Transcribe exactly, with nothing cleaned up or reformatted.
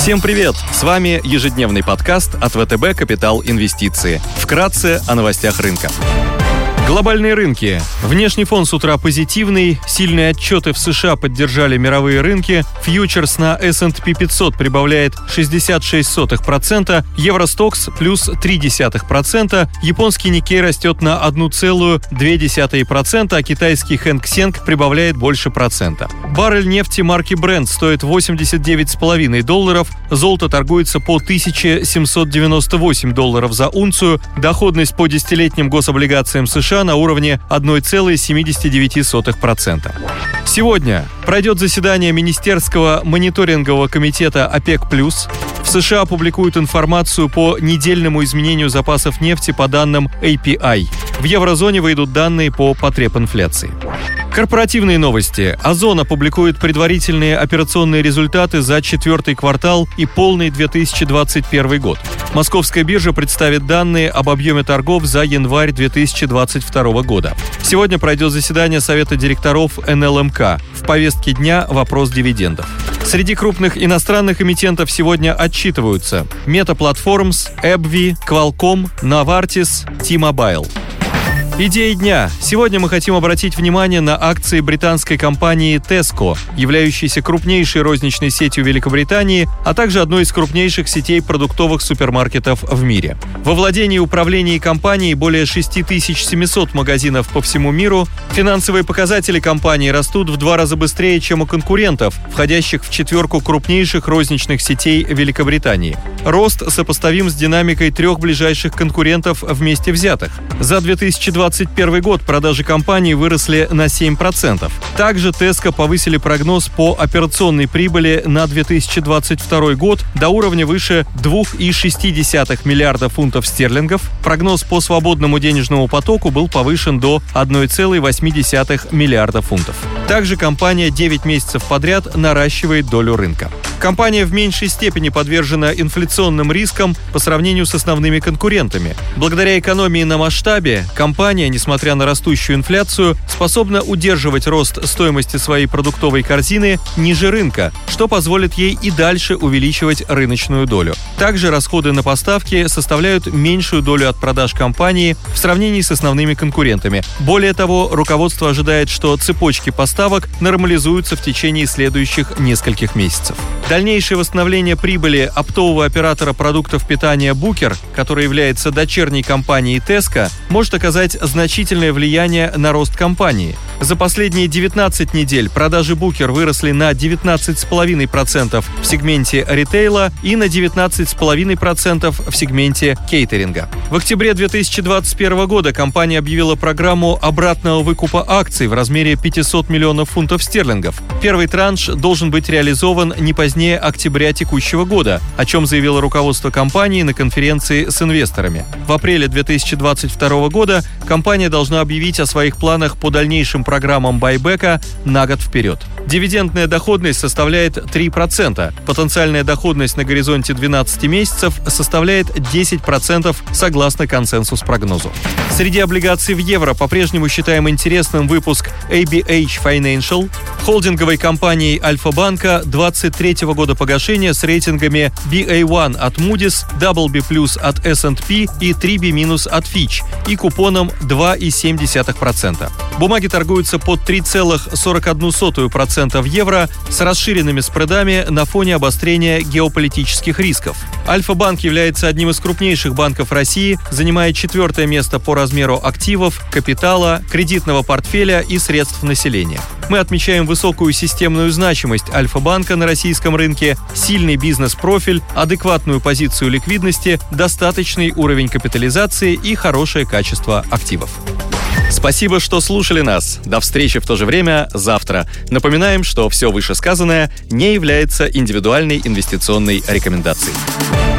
Всем привет! С вами ежедневный подкаст от вэ тэ бэ «Капитал Инвестиции». Вкратце о новостях рынка. Глобальные рынки. Внешний фон с утра позитивный, сильные отчеты в США поддержали мировые рынки, фьючерс на эс энд пи пятьсот прибавляет шестьдесят шесть сотых процента, Евростокс плюс три десятых процента, японский Никкей растет на одна целая две десятых процента, а китайский Хэнк Сенг прибавляет больше процента. Баррель нефти марки Brent стоит восемьдесят девять целых пять десятых долларов, золото торгуется по тысяча семьсот девяносто восемь долларов за унцию, доходность по десятилетним гособлигациям США на уровне одна целая семьдесят девять сотых процента. Сегодня пройдет заседание Министерского мониторингового комитета ОПЕК+. В США опубликуют информацию по недельному изменению запасов нефти по данным эй пи ай. В еврозоне выйдут данные по потребинфляции. Корпоративные новости. Озон опубликует предварительные операционные результаты за четвертый квартал и полный две тысячи двадцать первый год. Московская биржа представит данные об объеме торгов за январь две тысячи двадцать второго года. Сегодня пройдет заседание Совета директоров эн эл эм ка. В повестке дня вопрос дивидендов. Среди крупных иностранных эмитентов сегодня отчитываются Meta Platforms, AbbVie, Qualcomm, Novartis, T-Mobile. Идеи дня. Сегодня мы хотим обратить внимание на акции британской компании Tesco, являющейся крупнейшей розничной сетью Великобритании, а также одной из крупнейших сетей продуктовых супермаркетов в мире. Во владении и управлении компанией более шесть тысяч семьсот магазинов по всему миру. Финансовые показатели компании растут в два раза быстрее, чем у конкурентов, входящих в четверку крупнейших розничных сетей Великобритании. Рост сопоставим с динамикой трех ближайших конкурентов вместе взятых. За две тысячи двадцать первый год продажи компании выросли на семь процентов. Также Tesco повысили прогноз по операционной прибыли на две тысячи двадцать второй год до уровня выше две целых шесть десятых миллиарда фунтов стерлингов. Прогноз по свободному денежному потоку был повышен до одна целая восемь десятых миллиарда фунтов. Также компания девять месяцев подряд наращивает долю рынка. Компания в меньшей степени подвержена инфляционным рискам по сравнению с основными конкурентами. Благодаря экономии на масштабе, компания, несмотря на растущую инфляцию, способна удерживать рост стоимости своей продуктовой корзины ниже рынка, что позволит ей и дальше увеличивать рыночную долю. Также расходы на поставки составляют меньшую долю от продаж компании в сравнении с основными конкурентами. Более того, руководство ожидает, что цепочки поставок нормализуются в течение следующих нескольких месяцев. Дальнейшее восстановление прибыли оптового оператора продуктов питания Booker, который является дочерней компанией Tesco, может оказать значительное влияние на рост компании. За последние девятнадцать недель продажи Booker выросли на девятнадцать целых пять десятых процента в сегменте ритейла и на девятнадцать целых пять десятых процента в сегменте кейтеринга. В октябре две тысячи двадцать первого года компания объявила программу обратного выкупа акций в размере пятьсот миллионов фунтов стерлингов. Первый транш должен быть реализован не позднее октября текущего года, о чем заявило руководство компании на конференции с инвесторами. В апреле две тысячи двадцать второго года компания должна объявить о своих планах по дальнейшим программам байбека на год вперед. Дивидендная доходность составляет три процента. Потенциальная доходность на горизонте двенадцати месяцев составляет десять процентов согласно консенсус-прогнозу. Среди облигаций в евро по-прежнему считаем интересным выпуск эй би эйч Financial, холдинговой компанией Альфа-банка двадцать третьего года погашения с рейтингами би эй один от Moody's, дабл ю би плюс от эс энд пи и три би минус от Fitch и купоном два целых семь десятых процента. Бумаги торгуются под три целых сорок одну сотую процента в евро с расширенными спредами на фоне обострения геополитических рисков. Альфа-банк является одним из крупнейших банков России, занимает четвертое место по размеру активов, капитала, кредитного портфеля и средств населения. Мы отмечаем высокую системную значимость Альфа-банка на российском рынке, сильный бизнес-профиль, адекватную позицию ликвидности, достаточный уровень капитализации и хорошее качество активов. Спасибо, что слушали нас. До встречи в то же время завтра. Напоминаем, что все вышесказанное не является индивидуальной инвестиционной рекомендацией.